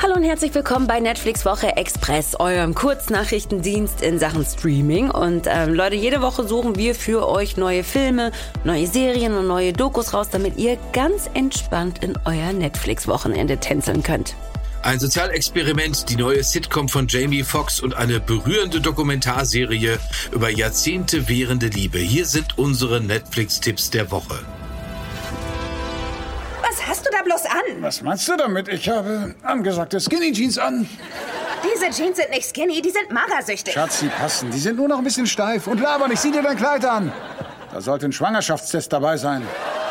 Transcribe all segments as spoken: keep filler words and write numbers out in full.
Hallo und herzlich willkommen bei Netflix Woche Express, eurem Kurznachrichtendienst in Sachen Streaming. Und ähm, Leute, jede Woche suchen wir für euch neue Filme, neue Serien und neue Dokus raus, damit ihr ganz entspannt in euer Netflix-Wochenende tänzeln könnt. Ein Sozialexperiment, die neue Sitcom von Jamie Foxx und eine berührende Dokumentarserie über Jahrzehnte währende Liebe. Hier sind unsere Netflix-Tipps der Woche. Was hast du da bloß an? Was meinst du damit? Ich habe angesagte Skinny Jeans an. Diese Jeans sind nicht skinny, die sind magersüchtig. Schatz, die passen. Die sind nur noch ein bisschen steif. Und laber nicht, sieh dir dein Kleid an. Da sollte ein Schwangerschaftstest dabei sein.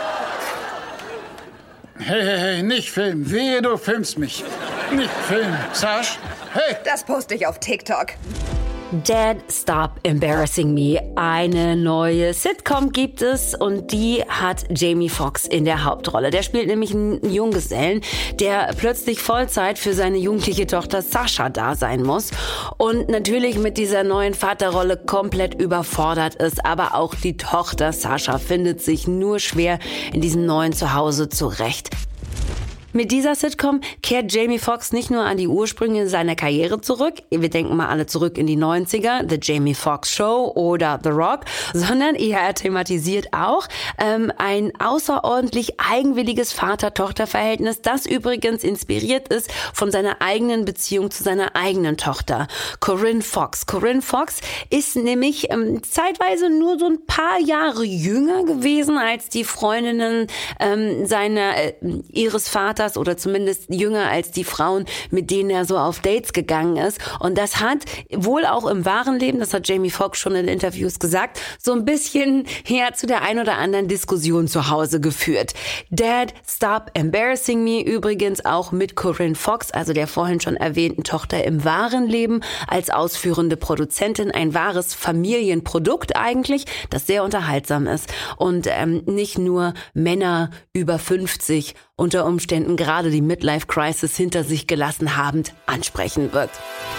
Hey, hey, hey, nicht filmen. Wehe, du filmst mich. Nicht filmen. Sash, hey. Das poste ich auf TikTok. Dad, Stop Embarrassing Me. Eine neue Sitcom gibt es und die hat Jamie Foxx in der Hauptrolle. Der spielt nämlich einen Junggesellen, der plötzlich Vollzeit für seine jugendliche Tochter Sasha da sein muss und natürlich mit dieser neuen Vaterrolle komplett überfordert ist. Aber auch die Tochter Sasha findet sich nur schwer in diesem neuen Zuhause zurecht. Mit dieser Sitcom kehrt Jamie Foxx nicht nur an die Ursprünge seiner Karriere zurück, wir denken mal alle zurück in die neunziger, The Jamie Foxx Show oder The Rock, sondern er thematisiert auch ähm, ein außerordentlich eigenwilliges Vater-Tochter-Verhältnis, das übrigens inspiriert ist von seiner eigenen Beziehung zu seiner eigenen Tochter, Corinne Foxx. Corinne Foxx ist nämlich ähm, zeitweise nur so ein paar Jahre jünger gewesen als die Freundinnen ähm, seiner äh, ihres Vaters, oder zumindest jünger als die Frauen, mit denen er so auf Dates gegangen ist. Und das hat wohl auch im wahren Leben, das hat Jamie Foxx schon in Interviews gesagt, so ein bisschen her zu der ein oder anderen Diskussion zu Hause geführt. Dad, Stop Embarrassing Me übrigens auch mit Corinne Foxx, also der vorhin schon erwähnten Tochter im wahren Leben, als ausführende Produzentin. Ein wahres Familienprodukt eigentlich, das sehr unterhaltsam ist und ähm, nicht nur Männer über fünfzig unter Umständen gerade die Midlife-Crisis hinter sich gelassen habend ansprechen wird.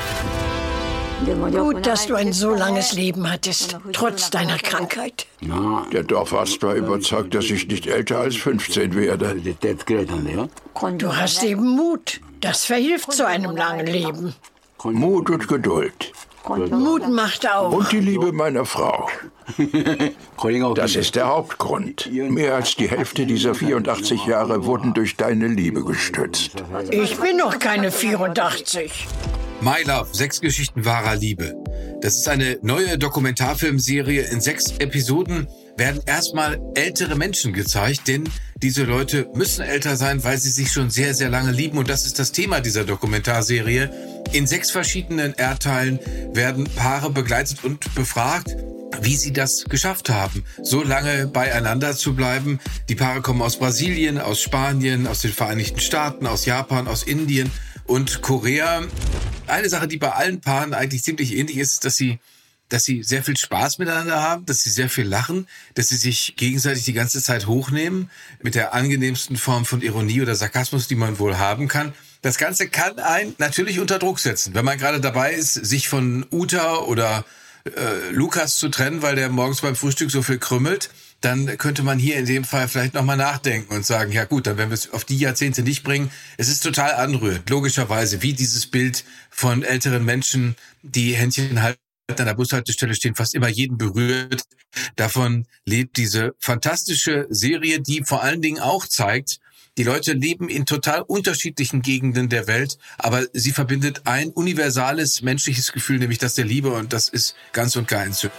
Gut, dass du ein so langes Leben hattest, trotz deiner Krankheit. Der Dorfarzt war überzeugt, dass ich nicht älter als fünfzehn werde. Du hast eben Mut. Das verhilft zu einem langen Leben. Mut und Geduld. Mut macht auch. Und die Liebe meiner Frau. Das ist der Hauptgrund. Mehr als die Hälfte dieser vierundachtzig Jahre wurden durch deine Liebe gestützt. Ich bin noch keine vierundachtzig. My Love, sechs Geschichten wahrer Liebe. Das ist eine neue Dokumentarfilmserie. In sechs Episoden werden erstmal ältere Menschen gezeigt, denn diese Leute müssen älter sein, weil sie sich schon sehr, sehr lange lieben. Und das ist das Thema dieser Dokumentarserie. In sechs verschiedenen Erdteilen werden Paare begleitet und befragt, wie sie das geschafft haben, so lange beieinander zu bleiben. Die Paare kommen aus Brasilien, aus Spanien, aus den Vereinigten Staaten, aus Japan, aus Indien und Korea. Eine Sache, die bei allen Paaren eigentlich ziemlich ähnlich ist, dass sie dass sie sehr viel Spaß miteinander haben, dass sie sehr viel lachen, dass sie sich gegenseitig die ganze Zeit hochnehmen, mit der angenehmsten Form von Ironie oder Sarkasmus, die man wohl haben kann. Das Ganze kann einen natürlich unter Druck setzen, wenn man gerade dabei ist, sich von Uta oder äh, Lukas zu trennen, weil der morgens beim Frühstück so viel krümmelt. Dann könnte man hier in dem Fall vielleicht nochmal nachdenken und sagen, ja gut, dann werden wir es auf die Jahrzehnte nicht bringen. Es ist total anrührend, logischerweise, wie dieses Bild von älteren Menschen, die Händchen halten, an der Bushaltestelle stehen, fast immer jeden berührt. Davon lebt diese fantastische Serie, die vor allen Dingen auch zeigt, die Leute leben in total unterschiedlichen Gegenden der Welt, aber sie verbindet ein universales menschliches Gefühl, nämlich das der Liebe, und das ist ganz und gar entzückend.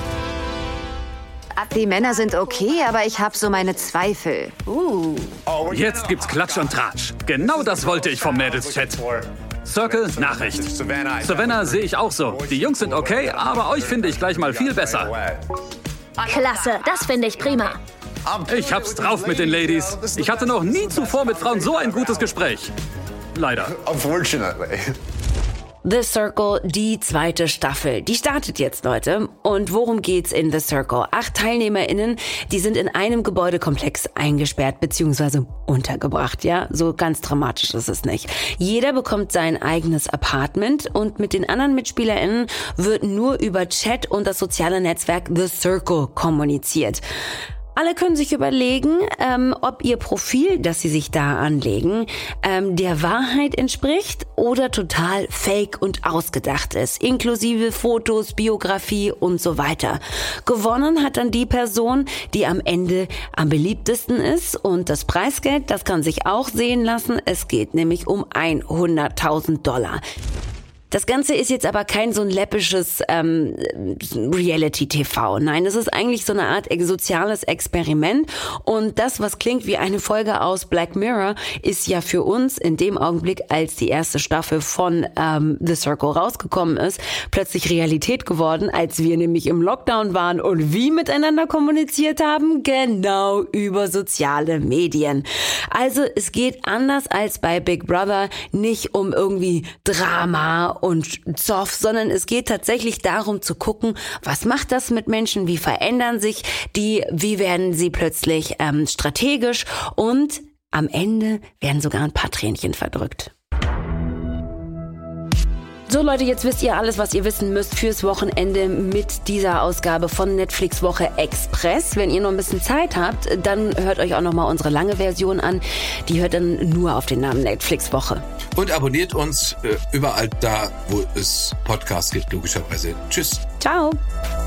Die Männer sind okay, aber ich habe so meine Zweifel. Uh. Jetzt gibt's Klatsch und Tratsch. Genau das wollte ich vom Mädels-Chat. Circle, Nachricht. Savannah sehe ich auch so. Die Jungs sind okay, aber euch finde ich gleich mal viel besser. Klasse, das finde ich prima. Ich hab's drauf mit den Ladies. Ich hatte noch nie zuvor mit Frauen so ein gutes Gespräch. Leider. Unfortunately. The Circle, die zweite Staffel. Die startet jetzt, Leute. Und worum geht's in The Circle? Acht TeilnehmerInnen, die sind in einem Gebäudekomplex eingesperrt bzw. untergebracht, ja? So ganz dramatisch ist es nicht. Jeder bekommt sein eigenes Apartment und mit den anderen MitspielerInnen wird nur über Chat und das soziale Netzwerk The Circle kommuniziert. Alle können sich überlegen, ähm, ob ihr Profil, das sie sich da anlegen, ähm, der Wahrheit entspricht oder total fake und ausgedacht ist, inklusive Fotos, Biografie und so weiter. Gewonnen hat dann die Person, die am Ende am beliebtesten ist, und das Preisgeld, das kann sich auch sehen lassen. Es geht nämlich um hunderttausend Dollar. Das Ganze ist jetzt aber kein so ein läppisches ähm, Reality-T V. Nein, das ist eigentlich so eine Art soziales Experiment. Und das, was klingt wie eine Folge aus Black Mirror, ist ja für uns in dem Augenblick, als die erste Staffel von ähm, The Circle rausgekommen ist, plötzlich Realität geworden, als wir nämlich im Lockdown waren und wie miteinander kommuniziert haben? Genau, über soziale Medien. Also es geht anders als bei Big Brother nicht um irgendwie Drama und Zoff, sondern es geht tatsächlich darum zu gucken, was macht das mit Menschen, wie verändern sich die, wie werden sie plötzlich ähm, strategisch, und am Ende werden sogar ein paar Tränchen verdrückt. So Leute, jetzt wisst ihr alles, was ihr wissen müsst fürs Wochenende mit dieser Ausgabe von Netflix Woche Express. Wenn ihr noch ein bisschen Zeit habt, dann hört euch auch noch mal unsere lange Version an. Die hört dann nur auf den Namen Netflix Woche. Und abonniert uns äh, überall da, wo es Podcasts gibt, logischerweise. Tschüss. Ciao.